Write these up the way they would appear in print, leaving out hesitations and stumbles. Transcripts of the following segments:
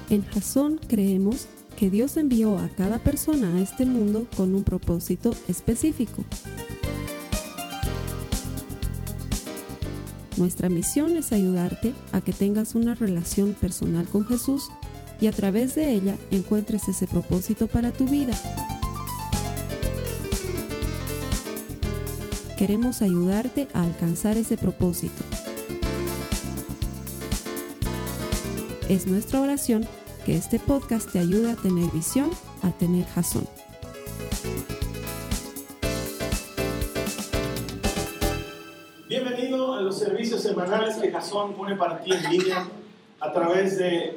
En Jasón creemos que Dios envió a cada persona a este mundo con un propósito específico. Nuestra misión es ayudarte a que tengas una relación personal con Jesús y a través de ella encuentres ese propósito para tu vida. Queremos ayudarte a alcanzar ese propósito. Es nuestra oración que este podcast te ayude a tener visión, a tener Jasón. Bienvenido a los servicios semanales que Jasón pone para ti en línea a través de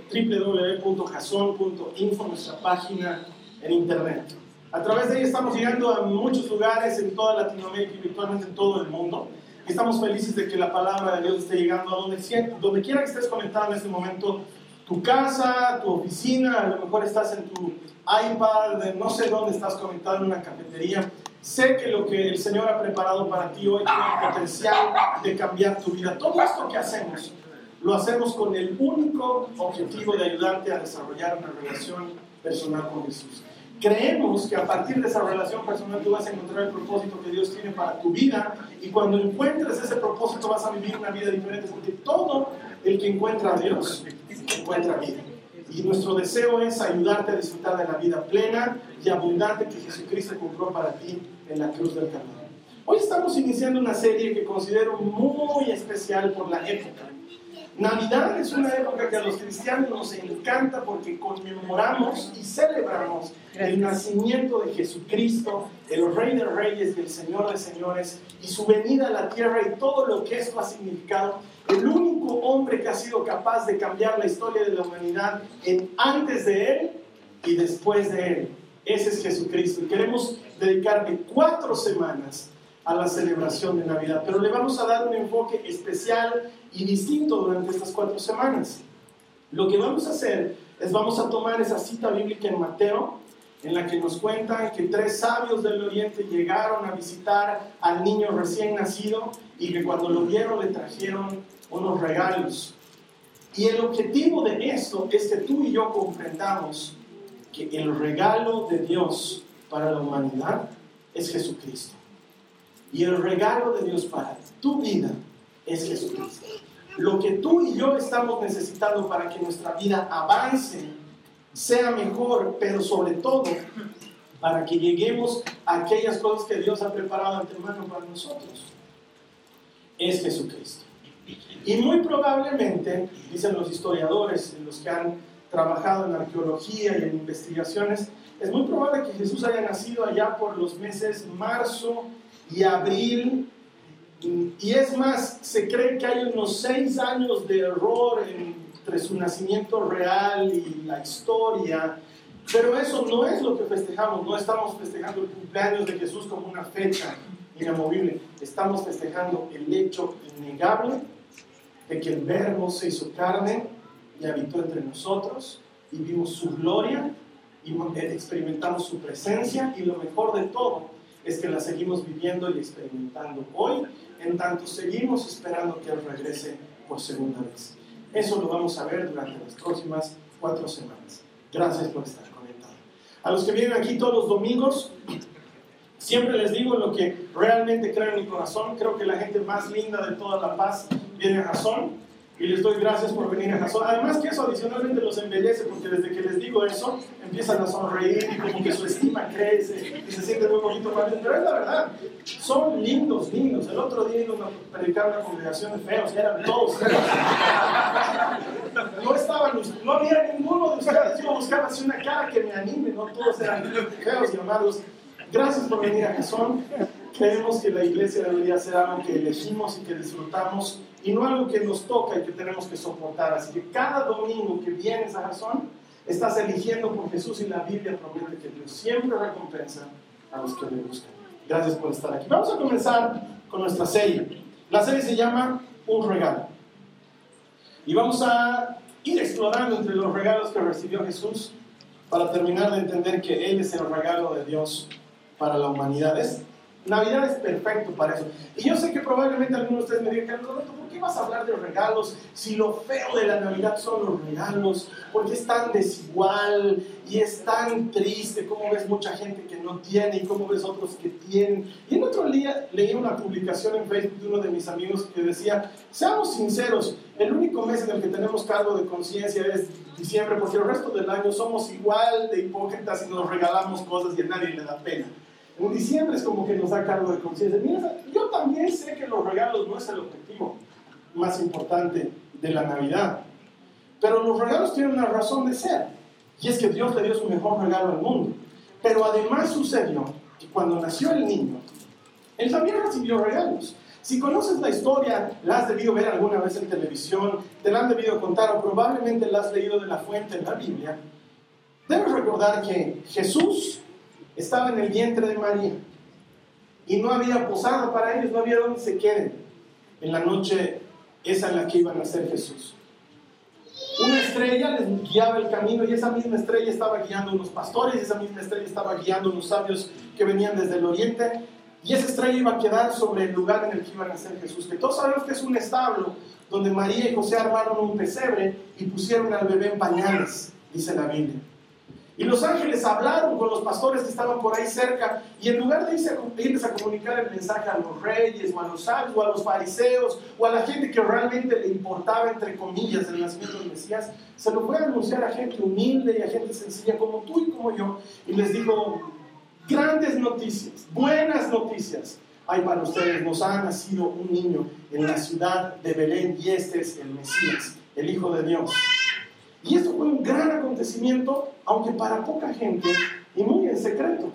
www.jason.info, nuestra página en internet. A través de ella estamos llegando a muchos lugares en toda Latinoamérica y virtualmente en todo el mundo. Y estamos felices de que la palabra de Dios esté llegando a donde quiera que estés conectado en este momento. Tu casa, tu oficina, a lo mejor estás en tu iPad, no sé dónde estás conectado, en una cafetería. Sé que lo que el Señor ha preparado para ti hoy tiene el potencial de cambiar tu vida. Todo esto que hacemos, lo hacemos con el único objetivo de ayudarte a desarrollar una relación personal con Jesús. Creemos que a partir de esa relación personal tú vas a encontrar el propósito que Dios tiene para tu vida, y cuando encuentres ese propósito vas a vivir una vida diferente, porque todo el que encuentra a Dios encuentra vida. Y nuestro deseo es ayudarte a disfrutar de la vida plena y abundante que Jesucristo compró para ti en la cruz del Calvario. Hoy estamos iniciando una serie que considero muy especial por la época. Navidad es una época que a los cristianos nos encanta porque conmemoramos y celebramos el nacimiento de Jesucristo, el Rey de Reyes y el Señor de Señores, y su venida a la tierra y todo lo que esto ha significado. El único hombre que ha sido capaz de cambiar la historia de la humanidad en antes de Él y después de Él. Ese es Jesucristo. Y queremos dedicarle 4 semanas a la celebración de Navidad, pero le vamos a dar un enfoque especial y distinto durante estas 4 semanas. Lo que vamos a hacer es vamos a tomar esa cita bíblica en Mateo, en la que nos cuentan que 3 sabios del oriente llegaron a visitar al niño recién nacido y que cuando lo vieron le trajeron unos regalos. Y el objetivo de esto es que tú y yo comprendamos que el regalo de Dios para la humanidad es Jesucristo. Y el regalo de Dios para tu vida es Jesucristo. Lo que tú y yo estamos necesitando para que nuestra vida avance, sea mejor, pero sobre todo para que lleguemos a aquellas cosas que Dios ha preparado de antemano para nosotros, es Jesucristo. Y muy probablemente, dicen los historiadores, los que han trabajado en arqueología y en investigaciones, es muy probable que Jesús haya nacido allá por los meses marzo y abril, y es más, se cree que hay unos 6 años de error entre su nacimiento real y la historia, pero eso no es lo que festejamos. No estamos festejando el cumpleaños de Jesús como una fecha inamovible, estamos festejando el hecho innegable de que el Verbo se hizo carne y habitó entre nosotros, y vimos su gloria y experimentamos su presencia, y lo mejor de todo es que la seguimos viviendo y experimentando hoy, en tanto seguimos esperando que Él regrese por segunda vez. Eso lo vamos a ver durante las próximas 4 semanas. Gracias por estar conectados. A los que vienen aquí todos los domingos, siempre les digo lo que realmente creo en mi corazón. Creo que la gente más linda de toda La Paz viene a Jasón, y les doy gracias por venir a Jasón. Además que eso adicionalmente los embellece, porque desde que les digo eso empiezan a sonreír y como que su estima crece y se sienten muy bonito para ellos. Pero es la verdad, son lindos. El otro día iba a predicar una congregación de feos, y eran todos feos. No había ninguno de ustedes. Yo buscaba así una cara que me anime, no todos eran feos y amados. Gracias por venir a Jasón. Creemos que la iglesia debería ser algo que elegimos y que disfrutamos, y no algo que nos toca y que tenemos que soportar. Así que cada domingo que vienes a Jasón, estás eligiendo por Jesús, y la Biblia promete que Dios siempre recompensa a los que le buscan. Gracias por estar aquí. Vamos a comenzar con nuestra serie. La serie se llama Un Regalo. Y vamos a ir explorando entre los regalos que recibió Jesús para terminar de entender que Él es el regalo de Dios para la humanidad. Navidad es perfecto para eso. Y yo sé que probablemente algunos de ustedes me digan, Roberto, ¿por qué vas a hablar de regalos si lo feo de la Navidad son los regalos? Porque es tan desigual y es tan triste. Cómo ves mucha gente que no tiene y cómo ves otros que tienen. Y en otro día leí una publicación en Facebook de uno de mis amigos que decía, seamos sinceros, el único mes en el que tenemos cargo de conciencia es diciembre, porque el resto del año somos igual de hipócritas y nos regalamos cosas y a nadie le da pena. En diciembre es como que nos da cargo de conciencia. Mira, yo también sé que los regalos no es el objetivo más importante de la Navidad, pero los regalos tienen una razón de ser, y es que Dios le dio su mejor regalo al mundo. Pero además sucedió que cuando nació el niño, él también recibió regalos. Si conoces la historia, la has debido ver alguna vez en televisión, te la han debido contar o probablemente la has leído de la fuente en la Biblia, debes recordar que Jesús estaba en el vientre de María y no había posada para ellos, no había donde se queden en la noche esa en la que iba a nacer Jesús. Una estrella les guiaba el camino y esa misma estrella estaba guiando a unos pastores y esa misma estrella estaba guiando a unos sabios que venían desde el oriente, y esa estrella iba a quedar sobre el lugar en el que iba a nacer Jesús, que todos sabemos que es un establo donde María y José armaron un pesebre y pusieron al bebé en pañales, dice la Biblia. Y los ángeles hablaron con los pastores que estaban por ahí cerca, y en lugar de irles a comunicar el mensaje a los reyes, o a los sabios, o a los fariseos, o a la gente que realmente le importaba, entre comillas, el nacimiento del Mesías, se lo fue a anunciar a gente humilde y a gente sencilla como tú y como yo, y les dijo, grandes noticias, buenas noticias hay para ustedes, nos ha nacido un niño en la ciudad de Belén, y este es el Mesías, el Hijo de Dios. Y esto fue un gran acontecimiento, aunque para poca gente y muy en secreto.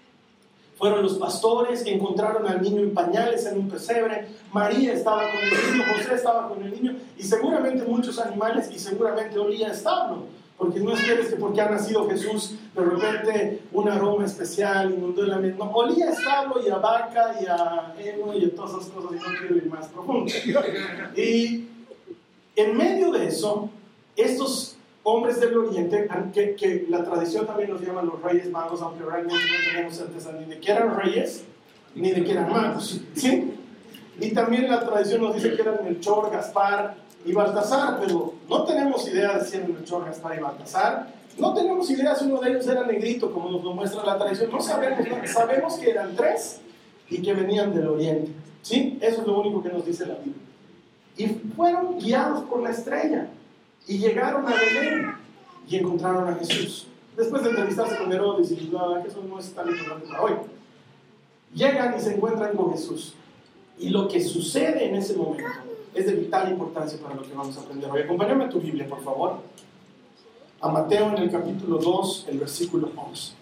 Fueron los pastores que encontraron al niño en pañales en un pesebre, María estaba con el niño, José estaba con el niño, y seguramente muchos animales, y seguramente olía a establo, porque no esperes que porque ha nacido Jesús de repente un aroma especial inundó el ambiente. No, olía a establo y a vaca y a heno y a todas esas cosas, y no quiero ir más profundo. Y en medio de eso, estos hombres del oriente, que la tradición también los llama los reyes magos, aunque realmente no tenemos certeza ni de que eran reyes ni de que eran magos, ¿sí? Y también la tradición nos dice que eran Melchor, Gaspar y Baltasar, pero no tenemos idea de si eran Melchor, Gaspar y Baltasar. No tenemos idea si uno de ellos era negrito, como nos lo muestra la tradición. No sabemos, sabemos que eran tres y que venían del oriente, ¿sí? Eso es lo único que nos dice la Biblia. Y fueron guiados por la estrella y llegaron a Belén y encontraron a Jesús. Después de entrevistarse con Herodes y que eso no es tan importante para hoy, llegan y se encuentran con Jesús. Y lo que sucede en ese momento es de vital importancia para lo que vamos a aprender hoy. Acompáñame a tu Biblia, por favor, a Mateo en el capítulo 2, el versículo 11.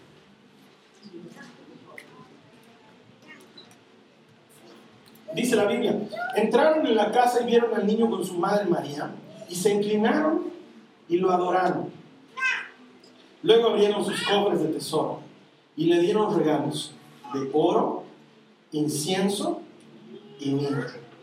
Dice la Biblia: entraron en la casa y vieron al niño con su madre María, y se inclinaron y lo adoraron. Luego abrieron sus cofres de tesoro y le dieron regalos de oro, incienso y mirra.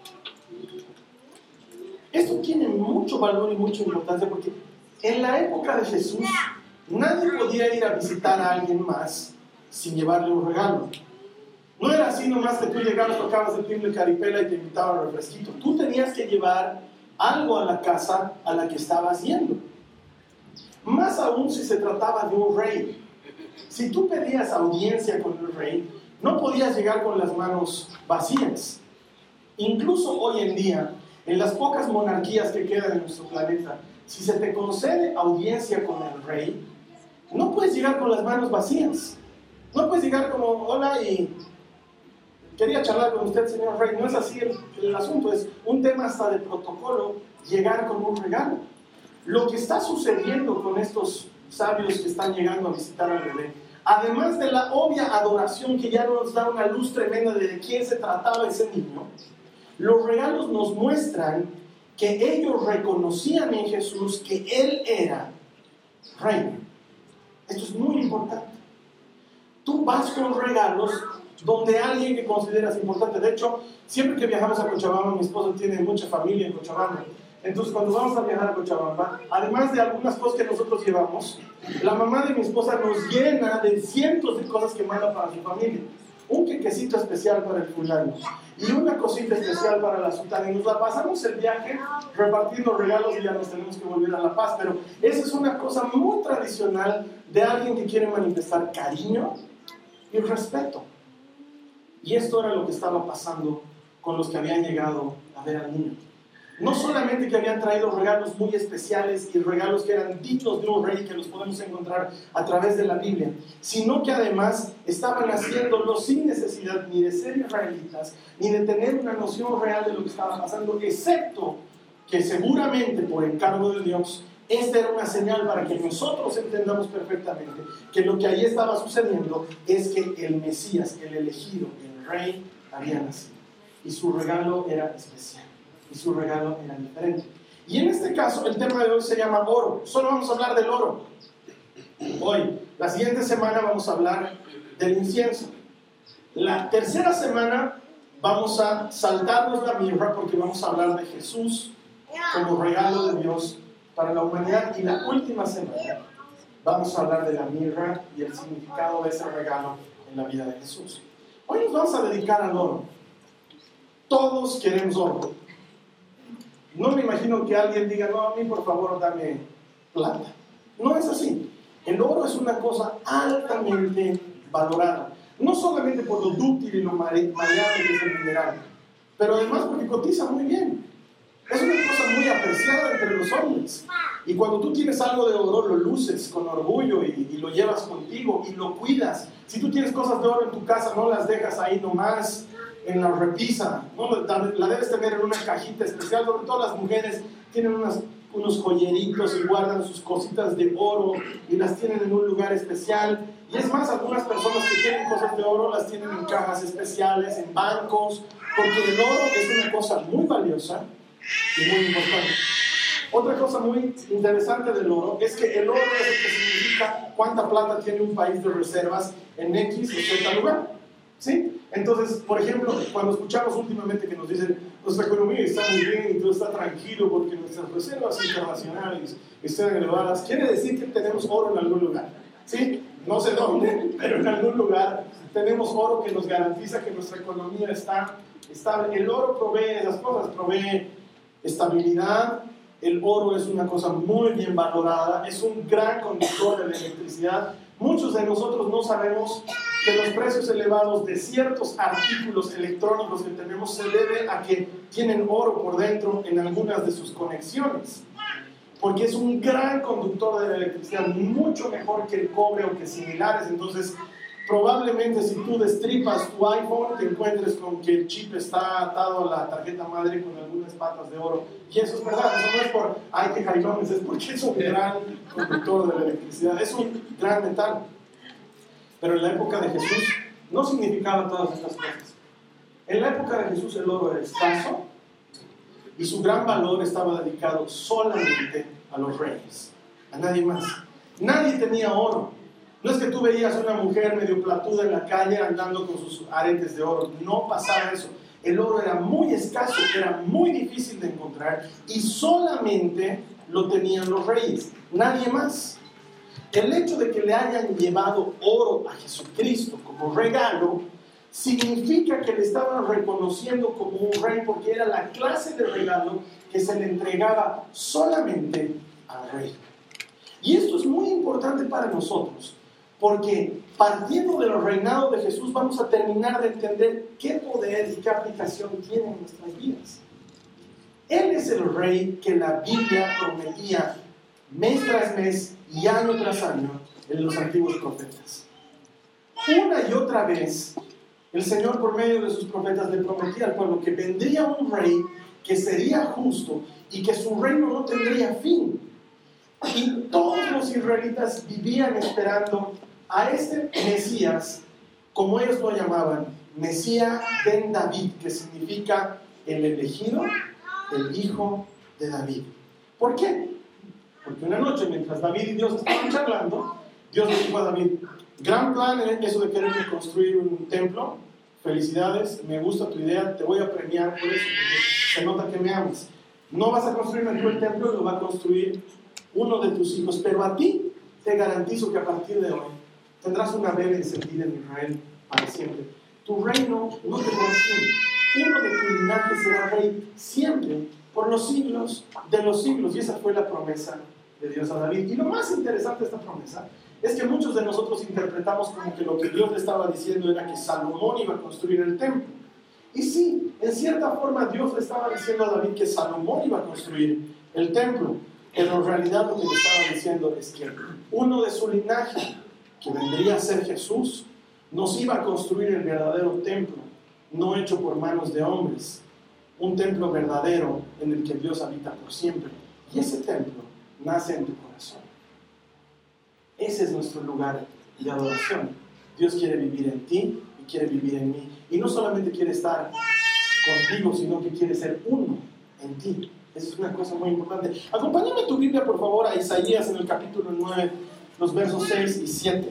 Esto tiene mucho valor y mucha importancia, porque en la época de Jesús nadie podía ir a visitar a alguien más sin llevarle un regalo. No era así nomás que tú llegabas, tocabas el timbre caripela y te invitaban al refresquito. Tú tenías que llevar algo a la casa a la que estabas yendo. Más aún si se trataba de un rey. Si tú pedías audiencia con el rey, no podías llegar con las manos vacías. Incluso hoy en día, en las pocas monarquías que quedan en nuestro planeta, si se te concede audiencia con el rey, no puedes llegar con las manos vacías. No puedes llegar como, hola, y quería charlar con usted, señor rey. No es así el asunto, es un tema hasta de protocolo, llegar con un regalo. Lo que está sucediendo con estos sabios que están llegando a visitar al bebé, además de la obvia adoración que ya nos da una luz tremenda de quién se trataba ese niño, los regalos nos muestran que ellos reconocían en Jesús que Él era rey. Esto es muy importante. Tú vas con regalos donde alguien que consideras importante. De hecho, siempre que viajamos a Cochabamba, mi esposa tiene mucha familia en Cochabamba. Entonces, cuando vamos a viajar a Cochabamba, además de algunas cosas que nosotros llevamos, la mamá de mi esposa nos llena de cientos de cosas que manda para su familia. un quequecito especial para el fulano y una cosita especial para la sultana, y nos la pasamos el viaje repartiendo regalos y ya nos tenemos que volver a La Paz. Pero esa es una cosa muy tradicional de alguien que quiere manifestar cariño y respeto. Y esto era lo que estaba pasando con los que habían llegado a ver al niño. No solamente que habían traído regalos muy especiales y regalos que eran dignos de un rey, que los podemos encontrar a través de la Biblia, sino que además estaban haciéndolo sin necesidad ni de ser israelitas, ni de tener una noción real de lo que estaba pasando, excepto que seguramente por encargo de Dios, esta era una señal para que nosotros entendamos perfectamente que lo que ahí estaba sucediendo es que el Mesías, el elegido, el rey, había nacido. Y su regalo era especial. Y su regalo era diferente. Y en este caso, el tema de hoy se llama oro. Solo vamos a hablar del oro. Hoy, la siguiente semana vamos a hablar del incienso. La tercera semana vamos a saltarnos la mirra porque vamos a hablar de Jesús como regalo de Dios para la humanidad. Y la última semana vamos a hablar de la mirra y el significado de ese regalo en la vida de Jesús. Hoy nos vamos a dedicar al oro. Todos queremos oro. No me imagino que alguien diga, no, a mí por favor dame plata. No es así. El oro es una cosa altamente valorada. No solamente por lo dúctil y lo maleable que es el mineral, pero además porque cotiza muy bien. Es una cosa muy apreciada entre los hombres. Y cuando tú tienes algo de oro, lo luces con orgullo y lo llevas contigo y lo cuidas. Si tú tienes cosas de oro en tu casa, no las dejas ahí nomás en la repisa, ¿no? La debes tener en una cajita especial. Sobre todo las mujeres tienen unos joyeritos y guardan sus cositas de oro y las tienen en un lugar especial. Y es más, algunas personas que tienen cosas de oro las tienen en cajas especiales, en bancos, porque el oro es una cosa muy valiosa y muy importante. Otra cosa muy interesante del oro es que el oro es el que significa cuánta plata tiene un país de reservas en X o Z lugar, ¿sí? Entonces, por ejemplo, cuando escuchamos últimamente que nos dicen nuestra economía está muy bien y todo está tranquilo porque nuestras reservas internacionales están elevadas, quiere decir que tenemos oro en algún lugar, ¿sí? No sé dónde, pero en algún lugar tenemos oro que nos garantiza que nuestra economía está estable. El oro provee esas cosas, provee estabilidad. El oro es una cosa muy bien valorada, es un gran conductor de la electricidad. Muchos de nosotros no sabemos que los precios elevados de ciertos artículos electrónicos que tenemos se debe a que tienen oro por dentro en algunas de sus conexiones, porque es un gran conductor de la electricidad, mucho mejor que el cobre o que similares. Entonces, probablemente si tú destripas tu iPhone, te encuentres con que el chip está atado a la tarjeta madre con algunas patas de oro. Y eso es verdad, eso no es por, ay, qué jailones, es porque es un gran conductor de la electricidad, es un gran metal. Pero en la época de Jesús no significaba todas estas cosas. En la época de Jesús el oro era escaso y su gran valor estaba dedicado solamente a los reyes, a nadie más. Nadie tenía oro. No es que tú veías a una mujer medio platuda en la calle andando con sus aretes de oro. No pasaba eso. El oro era muy escaso, era muy difícil de encontrar y solamente lo tenían los reyes, nadie más. El hecho de que le hayan llevado oro a Jesucristo como regalo significa que le estaban reconociendo como un rey, porque era la clase de regalo que se le entregaba solamente al rey. Y esto es muy importante para nosotros, porque partiendo del reinado de Jesús vamos a terminar de entender qué poder y qué aplicación tiene en nuestras vidas. Él es el rey que la Biblia prometía mes tras mes y año tras año en los antiguos profetas. Una y otra vez el Señor por medio de sus profetas le prometía al pueblo que vendría un rey que sería justo y que su reino no tendría fin. Y todos los israelitas vivían esperando a este Mesías, como ellos lo llamaban, Mesías ben David, que significa el elegido, el hijo de David. ¿Por qué? Porque una noche, mientras David y Dios estaban charlando, Dios le dijo a David: gran plan en eso de quererme construir un templo, felicidades, me gusta tu idea, te voy a premiar por eso, porque se nota que me amas. No vas a construirme tú el templo, lo va a construir uno de tus hijos, pero a ti te garantizo que a partir de hoy tendrás una vela encendida en Israel para siempre. tu reino no tendrá fin. Uno de tu linaje será rey siempre, por los siglos de los siglos. Y esa fue la promesa de Dios a David. Y lo más interesante de esta promesa es que muchos de nosotros interpretamos como que lo que Dios le estaba diciendo era que Salomón iba a construir el templo. Y sí, en cierta forma Dios le estaba diciendo a David que Salomón iba a construir el templo. Pero en realidad lo que le estaba diciendo es que uno de su linaje, que vendría a ser Jesús, nos iba a construir el verdadero templo, no hecho por manos de hombres. Un templo verdadero en el que Dios habita por siempre. Y ese templo nace en tu corazón. Ese es nuestro lugar de adoración. Dios quiere vivir en ti y quiere vivir en mí. Y no solamente quiere estar contigo, sino que quiere ser uno en ti. Esa es una cosa muy importante. Acompáñame tu Biblia, por favor, a Isaías en el capítulo 9, los versos 6 y 7.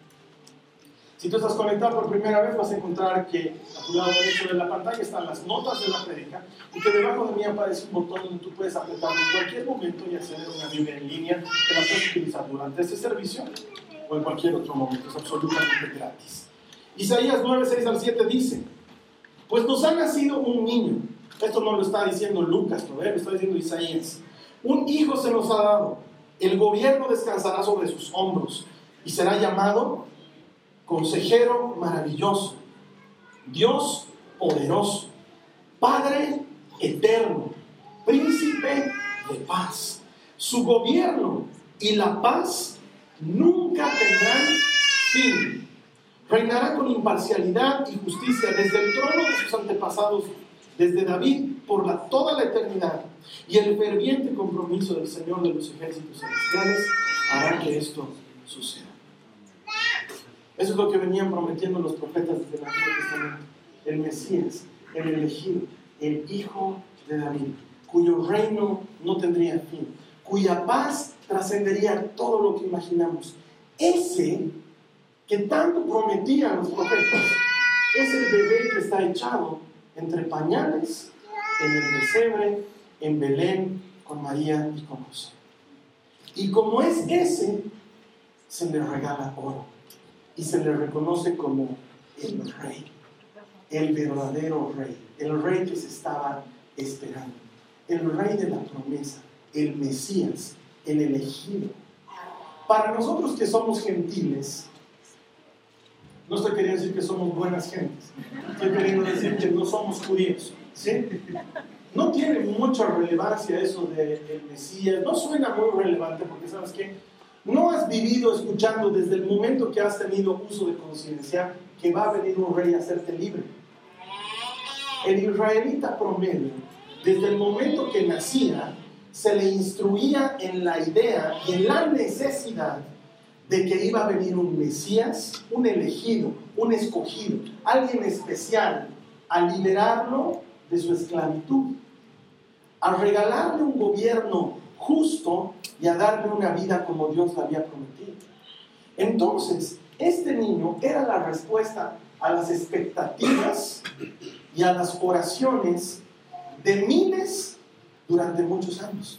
Si tú estás conectado por primera vez, vas a encontrar que a tu lado derecho de la pantalla están las notas de la prédica y que debajo de mí aparece un botón donde tú puedes apretar en cualquier momento y acceder a una Biblia en línea que la puedes utilizar durante este servicio o en cualquier otro momento. Es absolutamente gratis. Isaías 9, 6 al 7 dice: pues nos ha nacido un niño. Esto no lo está diciendo Lucas, ¿no? Lo está diciendo Isaías. Un hijo se nos ha dado. El gobierno descansará sobre sus hombros y será llamado Consejero maravilloso, Dios poderoso, Padre eterno, Príncipe de paz. Su gobierno y la paz nunca tendrán fin. Reinará con imparcialidad y justicia desde el trono de sus antepasados, desde David por toda la eternidad. Y el ferviente compromiso del Señor de los ejércitos celestiales hará que esto suceda. Eso es lo que venían prometiendo los profetas desde el Antiguo Testamento. El Mesías, el elegido, el Hijo de David, cuyo reino no tendría fin, cuya paz trascendería todo lo que imaginamos. Ese que tanto prometían los profetas es el bebé que está echado entre pañales en el pesebre en Belén con María y con José. Y como es ese, se le regala oro y se le reconoce como el rey, el verdadero rey, el rey que se estaba esperando, el rey de la promesa, el Mesías, el elegido. Para nosotros que somos gentiles, no estoy queriendo decir que somos buenas gentes, estoy queriendo decir que no somos judíos, ¿sí? No tiene mucha relevancia eso del Mesías, no suena muy relevante porque ¿sabes qué? No has vivido escuchando desde el momento que has tenido uso de conciencia que va a venir un rey a hacerte libre. El israelita promedio, desde el momento que nacía, se le instruía en la idea y en la necesidad de que iba a venir un Mesías, un elegido, un escogido, alguien especial, a liberarlo de su esclavitud, a regalarle un gobierno justo y a darle una vida como Dios le había prometido. Entonces, este niño era la respuesta a las expectativas y a las oraciones de miles durante muchos años.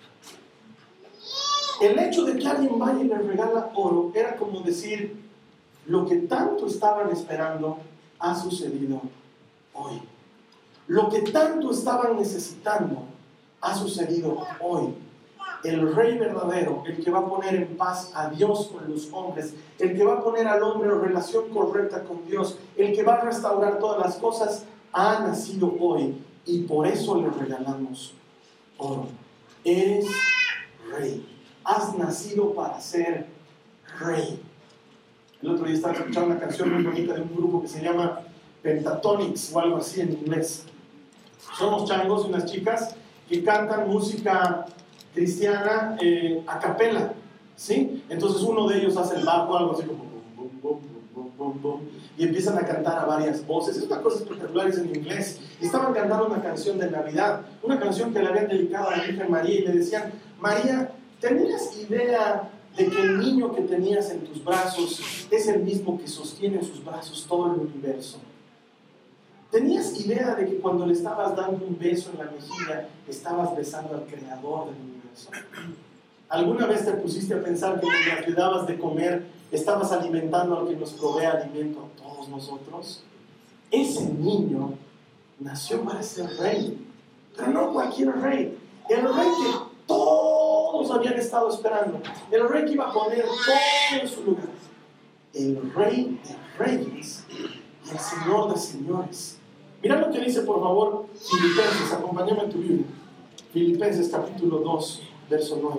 El hecho de que alguien vaya y le regala oro era como decir: lo que tanto estaban esperando ha sucedido hoy. Lo que tanto estaban necesitando ha sucedido hoy. El rey verdadero, el que va a poner en paz a Dios con los hombres, el que va a poner al hombre en relación correcta con Dios, el que va a restaurar todas las cosas, ha nacido hoy y por eso le regalamos oro. Eres rey. Has nacido para ser rey. El otro día estaba escuchando una canción muy bonita de un grupo que se llama Pentatonix o algo así en inglés. Somos changos y unas chicas que cantan música cristiana a capela, ¿sí? Entonces uno de ellos hace el bajo, algo así como bum, bum, bum, bum, bum, y empiezan a cantar a varias voces. Es una cosa espectacular, es en inglés. Y estaban cantando una canción de Navidad, una canción que le habían dedicado a la Virgen María, y le decían: María, ¿tenías idea de que el niño que tenías en tus brazos es el mismo que sostiene en sus brazos todo el universo? ¿Tenías idea de que cuando le estabas dando un beso en la mejilla, estabas besando al creador del universo? ¿Alguna vez te pusiste a pensar que mientras le dabas de comer, estabas alimentando al que nos provee alimento a todos nosotros? ese niño nació para ser rey, pero no cualquier rey, el rey que todos habían estado esperando, el rey que iba a poner todo en su lugar, el rey de reyes y el señor de señores. Mira lo que dice, por favor, Filipenses, acompáñame en tu Biblia. Filipenses capítulo 2, verso 9.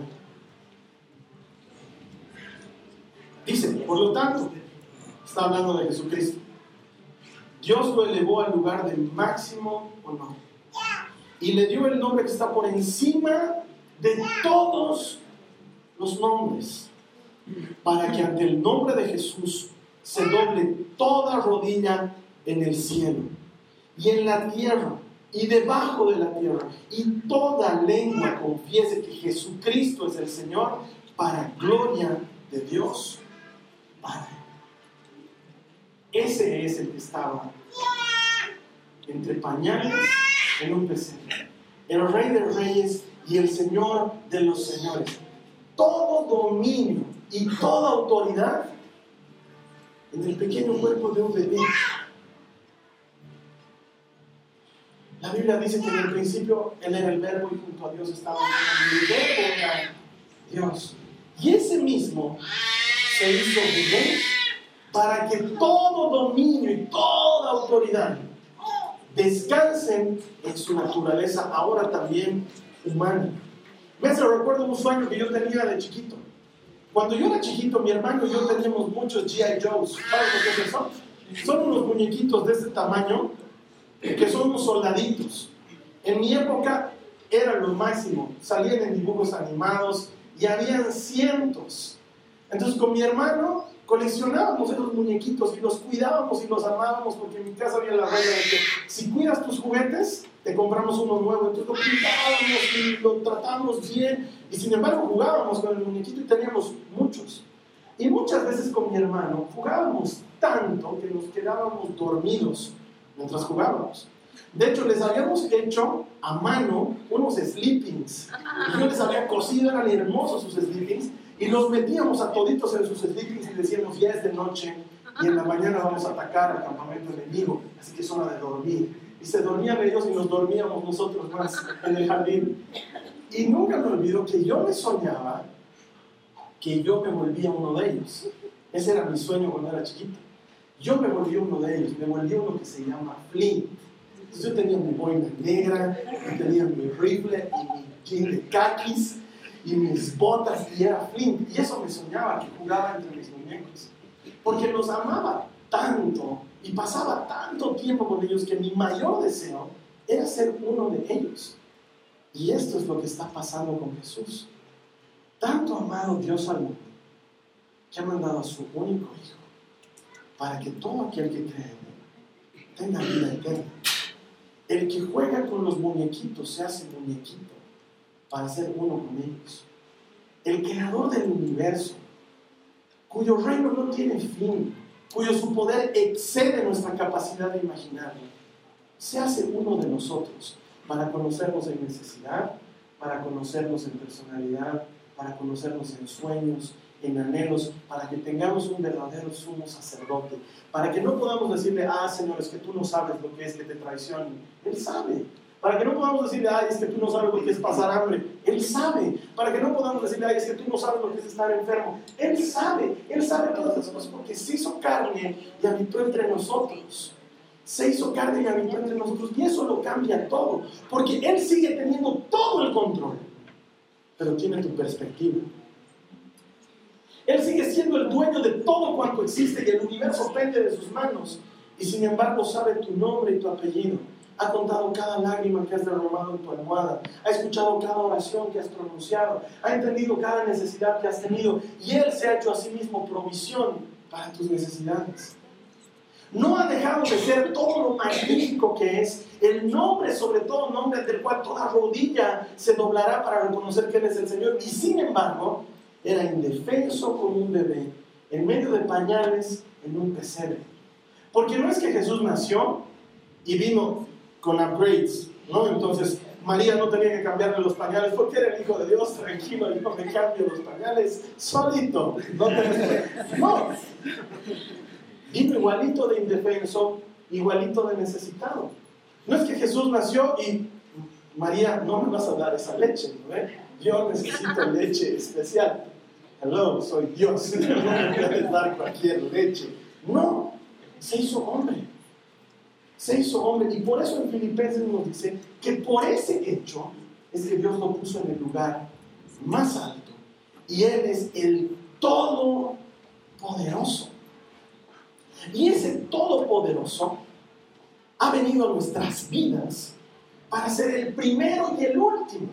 Dice, por lo tanto, está hablando de Jesucristo, Dios lo elevó al lugar de máximo honor y le dio el nombre que está por encima de todos los nombres, para que ante el nombre de Jesús se doble toda rodilla en el cielo y en la tierra y debajo de la tierra, y toda lengua confiese que Jesucristo es el Señor, para gloria de Dios Padre. Ese es el que estaba entre pañales en un pesebre, el Rey de Reyes y el Señor de los Señores. Todo dominio y toda autoridad en el pequeño cuerpo de un bebé. La Biblia dice que en el principio Él era el Verbo y junto a Dios estaba el Verbo era Dios. Y ese mismo se hizo bebé para que todo dominio y toda autoridad descansen en su naturaleza, ahora también humana. Me hace recuerdo un sueño que yo tenía de chiquito. Cuando yo era chiquito, mi hermano y yo teníamos muchos G.I. Joes. ¿Sabes lo que son? Son unos muñequitos de este tamaño, que son unos soldaditos. En mi época era lo máximo. Salían en dibujos animados y habían cientos. Entonces con mi hermano coleccionábamos esos muñequitos y los cuidábamos y los amábamos, porque en mi casa había la regla de que si cuidas tus juguetes, te compramos uno nuevo. Entonces lo cuidábamos y lo tratábamos bien, y sin embargo jugábamos con el muñequito y teníamos muchos. Y muchas veces con mi hermano jugábamos tanto que nos quedábamos dormidos mientras jugábamos. De hecho, les habíamos hecho a mano unos sleepings. Y yo les había cosido, eran hermosos sus sleepings, y los metíamos a toditos en sus sleepings y decíamos, ya es de noche y en la mañana vamos a atacar al campamento enemigo, así que es hora de dormir. Y se dormían ellos y nos dormíamos nosotros más en el jardín. Y nunca me olvido que yo me soñaba que yo me volvía uno de ellos. Ese era mi sueño cuando era chiquito. Yo me volví uno de ellos, me volví uno que se llama Flint. Entonces yo tenía mi boina negra, y tenía mi rifle y mi jean de kakis y mis botas, y era Flint. Y eso me soñaba, que jugaba entre mis muñecos, porque los amaba tanto y pasaba tanto tiempo con ellos que mi mayor deseo era ser uno de ellos. Y esto es lo que está pasando con Jesús. Tanto amado Dios al mundo que ha mandado a su único Hijo para que todo aquel que cree en Él tenga vida eterna. El que juega con los muñequitos se hace muñequito para ser uno con ellos. El creador del universo, cuyo reino no tiene fin, cuyo su poder excede nuestra capacidad de imaginarlo, se hace uno de nosotros para conocernos en necesidad, para conocernos en personalidad, para conocernos en sueños, en anhelos, para que tengamos un verdadero sumo sacerdote, para que no podamos decirle, Señor, es que tú no sabes lo que es que te traicionen. Él sabe. Para que no podamos decirle, es que tú no sabes lo que es pasar hambre. Él sabe. Para que no podamos decirle, es que tú no sabes lo que es estar enfermo. Él sabe todas esas cosas, porque se hizo carne y habitó entre nosotros. Se hizo carne y habitó entre nosotros, y eso lo cambia todo, porque Él sigue teniendo todo el control, pero tiene tu perspectiva. Él sigue siendo el dueño de todo cuanto existe y el universo pende de sus manos, y sin embargo sabe tu nombre y tu apellido. Ha contado cada lágrima que has derramado en tu almohada, ha escuchado cada oración que has pronunciado, ha entendido cada necesidad que has tenido, y Él se ha hecho a sí mismo provisión para tus necesidades. No ha dejado de ser todo lo magnífico que es, el nombre sobre todo nombre del cual toda rodilla se doblará para reconocer que Él es el Señor, y sin embargo era indefenso como un bebé, en medio de pañales, en un pesebre. Porque no es que Jesús nació y vino con upgrades, ¿no? Entonces María no tenía que cambiarle los pañales porque era el Hijo de Dios, tranquilo, yo me cambio los pañales solito. No. Vino igualito de indefenso, igualito de necesitado. No es que Jesús nació y María, no me vas a dar esa leche, ¿no? Yo necesito leche especial. Hello, soy Dios, no me puedes dar cualquier leche. No, se hizo hombre. Se hizo hombre, y por eso en Filipenses nos dice que por ese hecho es que Dios lo puso en el lugar más alto, y Él es el Todopoderoso. Y ese Todopoderoso ha venido a nuestras vidas para ser el primero y el último,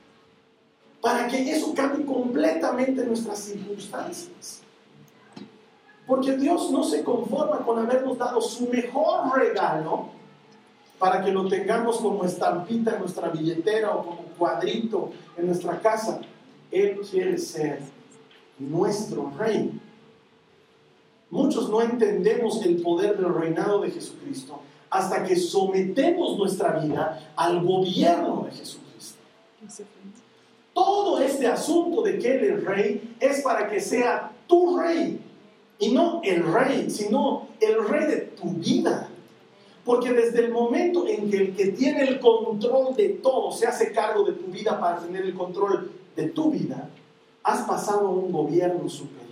para que eso cambie completamente nuestras circunstancias. Porque Dios no se conforma con habernos dado su mejor regalo para que lo tengamos como estampita en nuestra billetera o como cuadrito en nuestra casa. Él quiere ser nuestro rey. Muchos no entendemos el poder del reinado de Jesucristo hasta que sometemos nuestra vida al gobierno de Jesucristo. Todo este asunto de que Él es rey es para que sea tu rey. Y no el rey, sino el rey de tu vida. Porque desde el momento en que el que tiene el control de todo se hace cargo de tu vida para tener el control de tu vida, has pasado a un gobierno superior.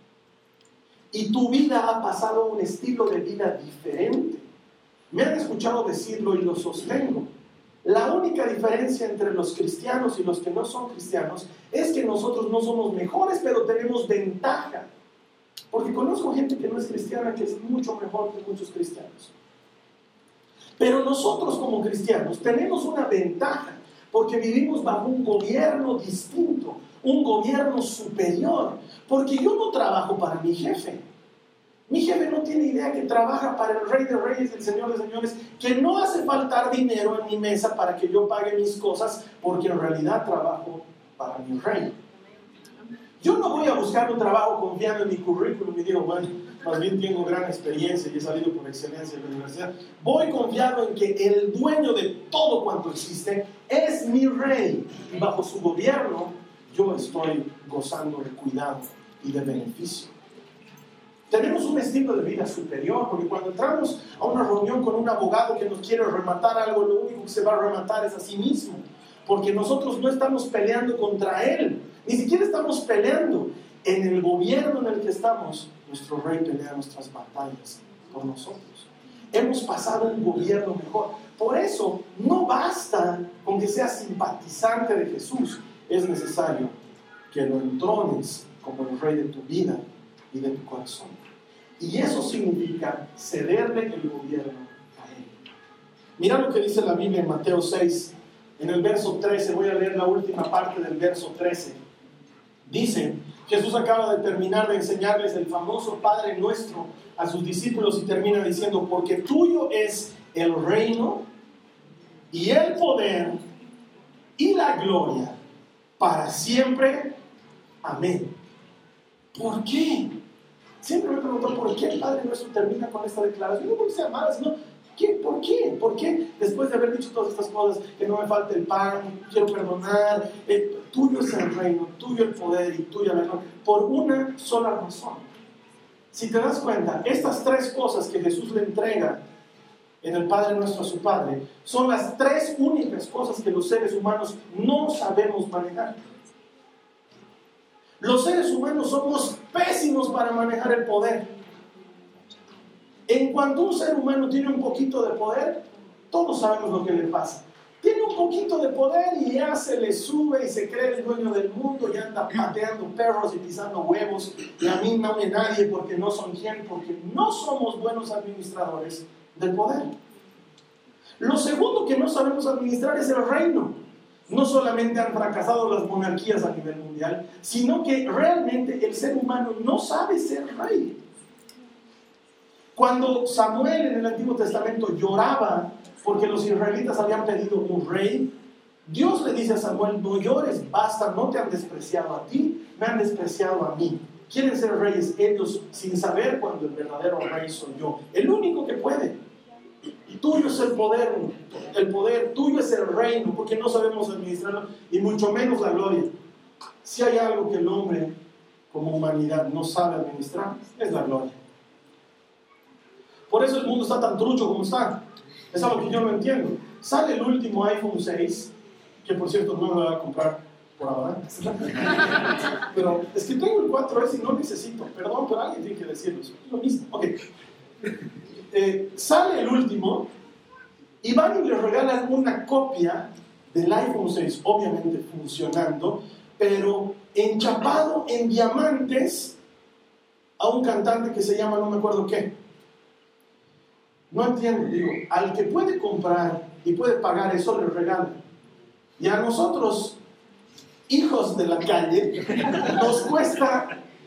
Y tu vida ha pasado a un estilo de vida diferente. Me han escuchado decirlo y lo sostengo. La única diferencia entre los cristianos y los que no son cristianos es que nosotros no somos mejores, pero tenemos ventaja. Porque conozco gente que no es cristiana, que es mucho mejor que muchos cristianos. Pero nosotros como cristianos tenemos una ventaja, porque vivimos bajo un gobierno distinto, un gobierno superior. Porque yo no trabajo para mi jefe. Mi jefe no tiene idea que trabaja para el Rey de Reyes y el Señor de Señores, que no hace faltar dinero en mi mesa para que yo pague mis cosas, porque en realidad trabajo para mi Rey. Yo no voy a buscar un trabajo confiando en mi currículum y digo, bueno, más bien tengo gran experiencia y he salido por excelencia de la universidad. Voy confiado en que el dueño de todo cuanto existe es mi rey, y bajo su gobierno yo estoy gozando de cuidado y de beneficio. Tenemos un estilo de vida superior, porque cuando entramos a una reunión con un abogado que nos quiere rematar algo, lo único que se va a rematar es a sí mismo, porque nosotros no estamos peleando contra él. Ni siquiera estamos peleando. En el gobierno en el que estamos, nuestro rey pelea nuestras batallas por nosotros. Hemos pasado un gobierno mejor. Por eso, no basta con que seas simpatizante de Jesús. Es necesario que lo entrones como el rey de tu vida y de tu corazón. Y eso significa cederle el gobierno a Él. Mira lo que dice la Biblia en Mateo 6, en el verso 13. Voy a leer la última parte del verso 13. Dice, Jesús acaba de terminar de enseñarles el famoso Padre Nuestro a sus discípulos y termina diciendo, porque tuyo es el reino y el poder y la gloria para siempre. Amén. ¿Por qué? Siempre me he preguntado por qué el Padre Nuestro termina con esta declaración. No porque sea mala, sino ¿por qué? ¿Por qué después de haber dicho todas estas cosas, que no me falte el pan, quiero perdonar, tuyo es el reino, tuyo el poder y tuya la gloria? Por una sola razón. Si te das cuenta, estas tres cosas que Jesús le entrega en el Padre Nuestro a su Padre, son las tres únicas cosas que los seres humanos no sabemos manejar. Los seres humanos somos pésimos para manejar el poder. En cuanto un ser humano tiene un poquito de poder, todos sabemos lo que le pasa. Tiene un poquito de poder y ya se le sube y se cree el dueño del mundo y anda pateando perros y pisando huevos, y a mí no me nadie porque no son quien, porque no somos buenos administradores del poder. Lo segundo que no sabemos administrar es el reino. No solamente han fracasado las monarquías a nivel mundial, sino que realmente el ser humano no sabe ser rey. Cuando Samuel en el Antiguo Testamento lloraba porque los israelitas habían pedido un rey, Dios le dice a Samuel, no llores, basta, no te han despreciado a ti, me han despreciado a mí. Quieren ser reyes ellos sin saber cuando el verdadero rey soy yo, el único que puede. Tuyo es el poder, tuyo es el reino, porque no sabemos administrarlo, y mucho menos la gloria. Si hay algo que el hombre como humanidad no sabe administrar, es la gloria. Por eso el mundo está tan trucho como está. Es algo que yo no entiendo. Sale el último iPhone 6, que por cierto no me lo voy a comprar por ahora. Pero es que tengo el 4S y no necesito. Perdón, pero alguien tiene que decirlo. Es lo mismo. Ok. Sale el último y van y le regalan una copia del iPhone 6, obviamente funcionando, pero enchapado en diamantes a un cantante que se llama no me acuerdo qué. No entiendo, digo, al que puede comprar y puede pagar eso le regalan. Y a nosotros, hijos de la calle, nos cuesta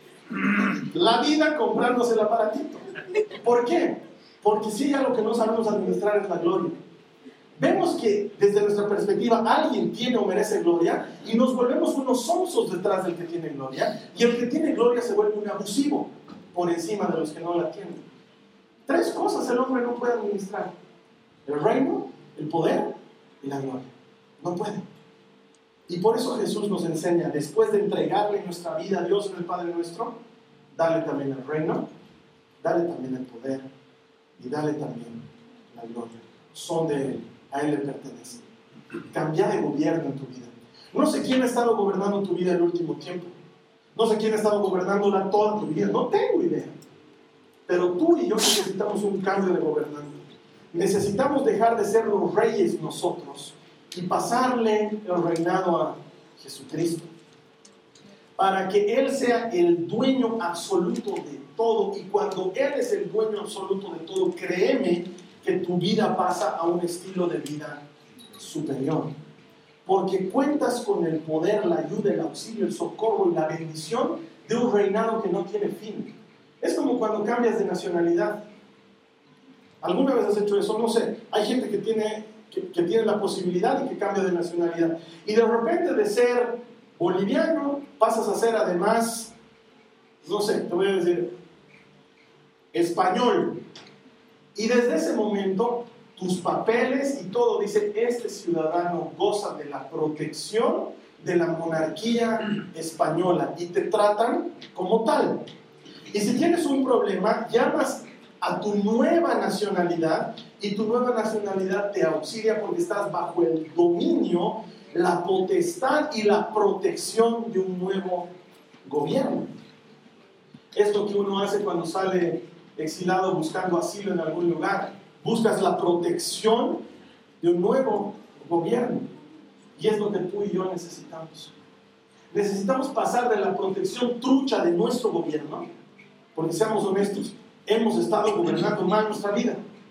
la vida comprándose el aparatito. ¿Por qué? Porque si hay algo que no sabemos administrar es la gloria. Vemos que desde nuestra perspectiva alguien tiene o merece gloria y nos volvemos unos sonsos detrás del que tiene gloria, y el que tiene gloria se vuelve un abusivo por encima de los que no la tienen. 3 cosas el hombre no puede administrar: el reino, el poder y la gloria. No puede. Y por eso Jesús nos enseña, después de entregarle nuestra vida a Dios en el Padre nuestro, dale también el reino, dale también el poder y dale también la gloria. Son de Él, a Él le pertenecen. Cambia de gobierno en tu vida. No sé quién ha estado gobernando tu vida el último tiempo. No sé quién ha estado gobernándola toda tu vida. No tengo idea. Pero tú y yo necesitamos un cambio de gobernante. Necesitamos dejar de ser los reyes nosotros y pasarle el reinado a Jesucristo, para que Él sea el dueño absoluto de todo. Y cuando Él es el dueño absoluto de todo, créeme que tu vida pasa a un estilo de vida superior, porque cuentas con el poder, la ayuda, el auxilio, el socorro y la bendición de un reinado que no tiene fin. Es como cuando cambias de nacionalidad. ¿Alguna vez has hecho eso? No sé. Hay gente que tiene la posibilidad y que cambia de nacionalidad. Y de repente de ser boliviano pasas a ser además, no sé, te voy a decir, español. Y desde ese momento tus papeles y todo dice, este ciudadano goza de la protección de la monarquía española y te tratan como tal. Y si tienes un problema, llamas a tu nueva nacionalidad y tu nueva nacionalidad te auxilia porque estás bajo el dominio, la potestad y la protección de un nuevo gobierno. Es lo que uno hace cuando sale exilado buscando asilo en algún lugar. Buscas la protección de un nuevo gobierno. Y es lo que tú y yo necesitamos. Necesitamos pasar de la protección trucha de nuestro gobierno, porque seamos honestos, hemos estado gobernando mal nuestra vida.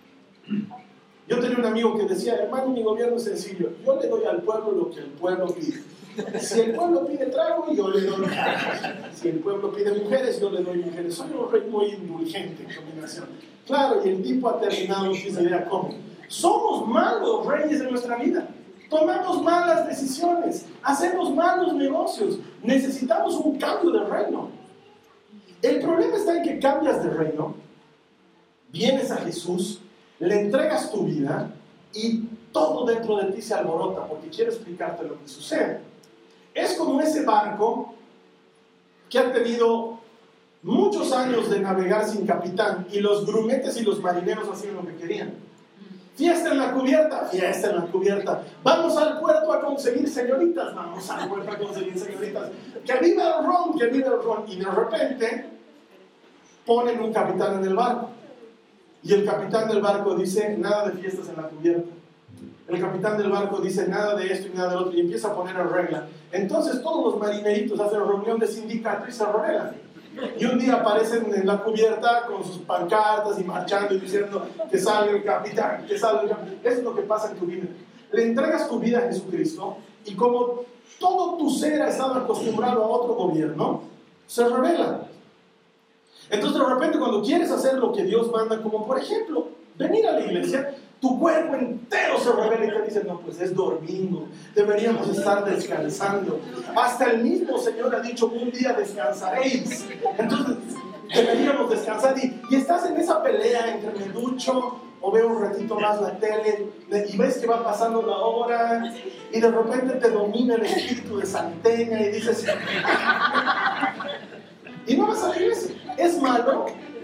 Yo tenía un amigo que decía, hermano, mi gobierno es sencillo, yo le doy al pueblo lo que el pueblo pide. Si el pueblo pide trago, yo le doy trago. Si el pueblo pide mujeres, yo le doy mujeres. Soy un rey muy indulgente en combinación. Claro, y el tipo ha terminado sin idea cómo. Somos malos reyes de nuestra vida. Tomamos malas decisiones, hacemos malos negocios. Necesitamos un cambio de reino. El problema está en que cambias de reino, vienes a Jesús, le entregas tu vida y todo dentro de ti se alborota, porque quiero explicarte lo que sucede. Es como ese barco que ha tenido muchos años de navegar sin capitán y los grumetes y los marineros hacían lo que querían. Fiesta en la cubierta, fiesta en la cubierta. Vamos al puerto a conseguir señoritas, vamos al puerto a conseguir señoritas. Que viva el ron, que viva el ron. Y de repente ponen un capitán en el barco. Y el capitán del barco dice, nada de fiestas en la cubierta. El capitán del barco dice, nada de esto y nada del otro. Y empieza a poner en regla. Entonces todos los marineritos hacen reunión de sindicato y se rebelan. Y un día aparecen en la cubierta con sus pancartas y marchando y diciendo que salga el capitán, que salga el capitán. Eso es lo que pasa en tu vida. Le entregas tu vida a Jesucristo y como todo tu ser ha estado acostumbrado a otro gobierno, se rebela. Entonces de repente cuando quieres hacer lo que Dios manda, como por ejemplo venir a la iglesia, tu cuerpo entero se revela y te dice, no, pues es domingo, deberíamos estar descansando. Hasta el mismo Señor ha dicho, un día descansaréis. Entonces deberíamos descansar y estás en esa pelea entre me ducho o veo un ratito más la tele y ves que va pasando la hora y de repente te domina el espíritu de santeña y dices y no vas a la iglesia. ¿Es malo?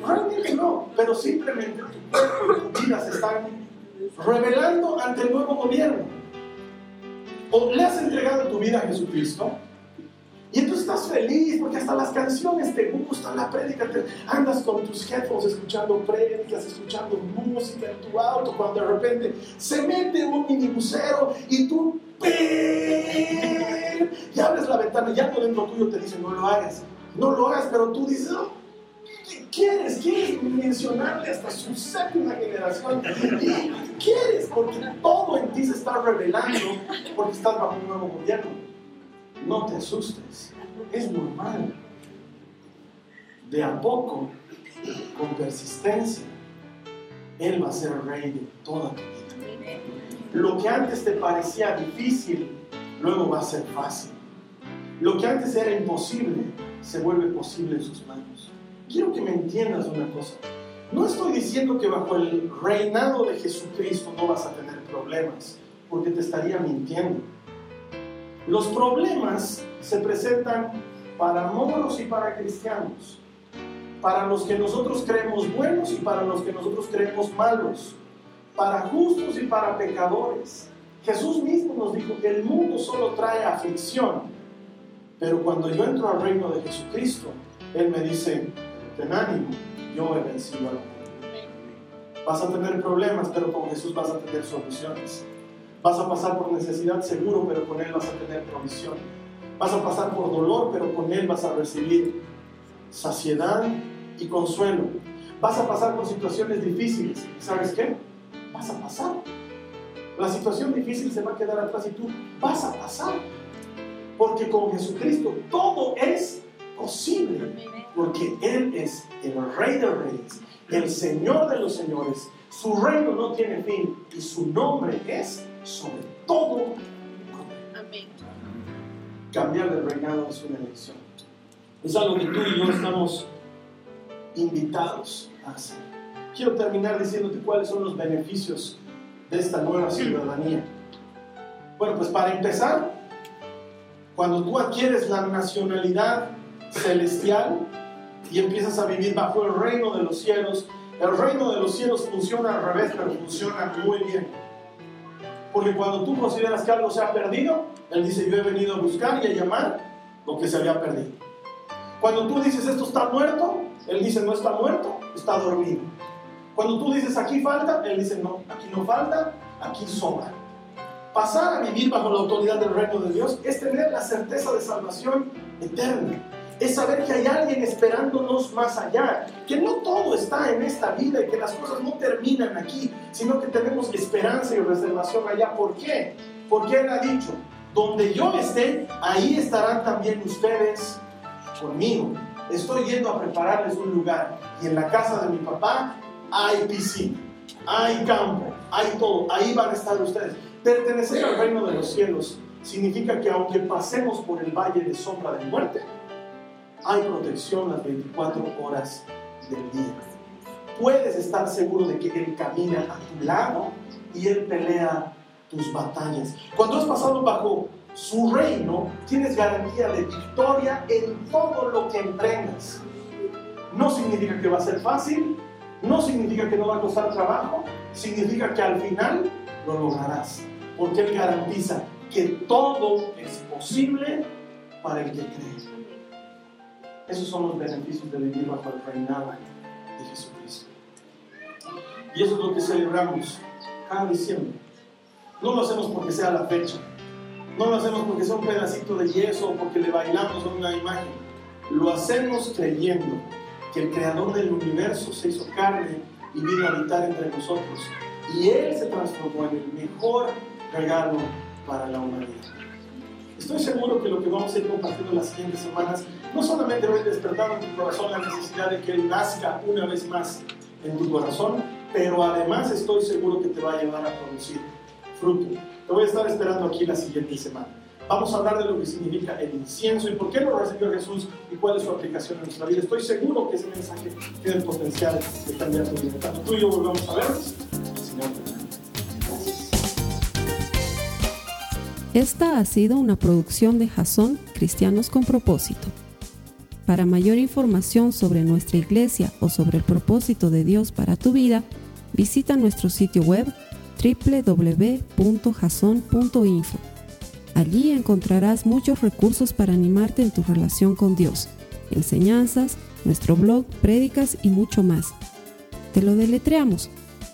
Realmente no, pero simplemente tu cuerpo y tu vida se están revelando ante el nuevo gobierno. O le has entregado tu vida a Jesucristo y entonces estás feliz porque hasta las canciones te gustan, la prédica, andas con tus headphones escuchando prédicas, escuchando música en tu auto, cuando de repente se mete un minibusero y tú y abres la ventana y algo dentro tuyo te dice no lo hagas, pero tú dices no. ¿Quieres mencionarle hasta su séptima generación? ¿Quieres? Porque todo en ti se está revelando porque estás bajo un nuevo gobierno. No te asustes, es normal. De a poco, con persistencia, Él va a ser rey de toda tu vida. Lo que antes te parecía difícil, luego va a ser fácil. Lo que antes era imposible, se vuelve posible en sus manos. Quiero que me entiendas una cosa. No estoy diciendo que bajo el reinado de Jesucristo no vas a tener problemas, porque te estaría mintiendo. Los problemas se presentan para moros y para cristianos, para los que nosotros creemos buenos y para los que nosotros creemos malos, para justos y para pecadores. Jesús mismo nos dijo que el mundo solo trae aflicción, pero cuando yo entro al reino de Jesucristo, Él me dice: ten ánimo, yo he vencido al mundo. Vas a tener problemas, pero con Jesús vas a tener soluciones. Vas a pasar por necesidad, seguro, pero con Él vas a tener provisión. Vas a pasar por dolor, pero con Él vas a recibir saciedad y consuelo. Vas a pasar por situaciones difíciles. ¿Sabes qué? Vas a pasar. La situación difícil se va a quedar atrás y tú vas a pasar. Porque con Jesucristo todo es posible. Porque Él es el Rey de Reyes, el Señor de los Señores. Su reino no tiene fin y su nombre es sobre todo nombre. Amén. Cambiar de reinado es una elección. Es algo que tú y yo estamos invitados a hacer. Quiero terminar diciéndote cuáles son los beneficios de esta nueva ciudadanía. Bueno, pues para empezar, cuando tú adquieres la nacionalidad celestial y empiezas a vivir bajo el reino de los cielos, el reino de los cielos funciona al revés, pero funciona muy bien. Porque cuando tú consideras que algo se ha perdido, Él dice: yo he venido a buscar y a llamar lo que se había perdido. Cuando tú dices esto está muerto, Él dice no está muerto, está dormido. Cuando tú dices aquí falta, Él dice no, aquí no falta, aquí sobra. Pasar a vivir bajo la autoridad del reino de Dios es tener la certeza de salvación eterna. Es saber que hay alguien esperándonos más allá, que no todo está en esta vida y que las cosas no terminan aquí, sino que tenemos esperanza y reservación allá. ¿Por qué? Porque Él ha dicho: donde yo esté, ahí estarán también ustedes conmigo. Estoy yendo a prepararles un lugar, y en la casa de mi papá hay piscina, hay campo, hay todo, ahí van a estar ustedes. Pertenecer al reino de los cielos significa que aunque pasemos por el valle de sombra de muerte, hay protección las 24 horas del día. Puedes estar seguro de que Él camina a tu lado y Él pelea tus batallas. Cuando has pasado bajo su reino, tienes garantía de victoria en todo lo que emprendas. No significa que va a ser fácil, no significa que no va a costar trabajo, significa que al final lo lograrás, porque Él garantiza que todo es posible para el que cree. Esos son los beneficios de vivir bajo el reinado de Jesucristo. Y eso es lo que celebramos cada diciembre. No lo hacemos porque sea la fecha, no lo hacemos porque sea un pedacito de yeso o porque le bailamos a una imagen. Lo hacemos creyendo que el Creador del universo se hizo carne y vino a habitar entre nosotros, y Él se transformó en el mejor regalo para la humanidad. Estoy seguro que lo que vamos a ir compartiendo las siguientes semanas no solamente va a despertar en tu corazón la necesidad de que Él nazca una vez más en tu corazón, pero además estoy seguro que te va a llevar a producir fruto. Te voy a estar esperando aquí la siguiente semana. Vamos a hablar de lo que significa el incienso y por qué lo recibió Jesús y cuál es su aplicación en nuestra vida. Estoy seguro que ese mensaje tiene el potencial de cambiar tu vida. Cuando tú y yo volvamos a vernos, Señor, gracias. Esta ha sido una producción de Jasón Cristianos con Propósito. Para mayor información sobre nuestra iglesia o sobre el propósito de Dios para tu vida, visita nuestro sitio web www.jason.info. Allí encontrarás muchos recursos para animarte en tu relación con Dios, enseñanzas, nuestro blog, prédicas y mucho más. Te lo deletreamos: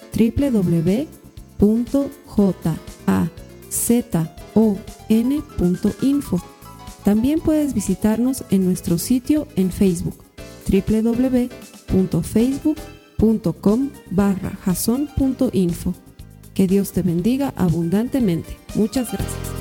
www.jazon.info. También puedes visitarnos en nuestro sitio en Facebook, www.facebook.com/jason.info. Que Dios te bendiga abundantemente. Muchas gracias.